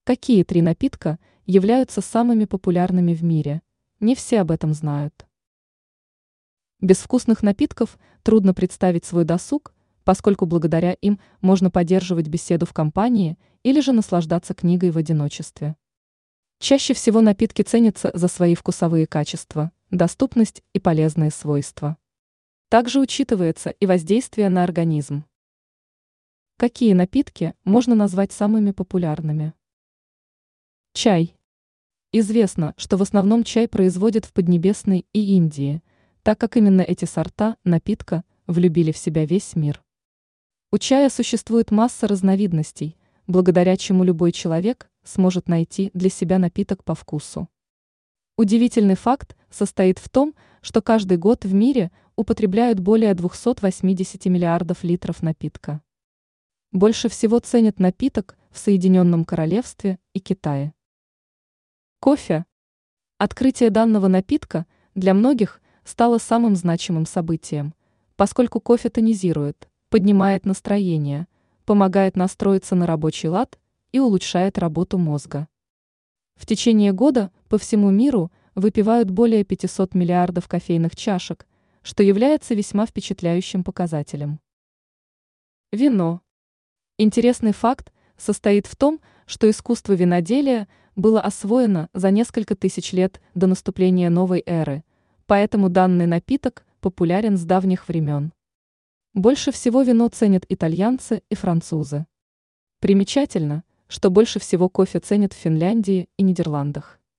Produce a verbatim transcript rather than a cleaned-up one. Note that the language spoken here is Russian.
Какие три напитка являются самыми популярными в мире? Не все об этом знают. Без вкусных напитков трудно представить свой досуг, поскольку благодаря им можно поддерживать беседу в компании или же наслаждаться книгой в одиночестве. Чаще всего напитки ценятся за свои вкусовые качества, доступность и полезные свойства. Также учитывается и воздействие на организм. Какие напитки можно назвать самыми популярными? Чай. Известно, что в основном чай производят в Поднебесной и Индии, так как именно эти сорта напитка влюбили в себя весь мир. У чая существует масса разновидностей, благодаря чему любой человек сможет найти для себя напиток по вкусу. Удивительный факт состоит в том, что каждый год в мире употребляют более двухсот восьмидесяти миллиардов литров напитка. Больше всего ценят напиток в Соединенном Королевстве и Китае. Кофе. Открытие данного напитка для многих стало самым значимым событием, поскольку кофе тонизирует, поднимает настроение, помогает настроиться на рабочий лад и улучшает работу мозга. В течение года по всему миру выпивают более пятисот миллиардов кофейных чашек, что является весьма впечатляющим показателем. Вино. Интересный факт состоит в том, что искусство виноделия было освоено за несколько тысяч лет до наступления новой эры, поэтому данный напиток популярен с давних времен. Больше всего вино ценят итальянцы и французы. Примечательно, что больше всего кофе ценят в Финляндии и Нидерландах.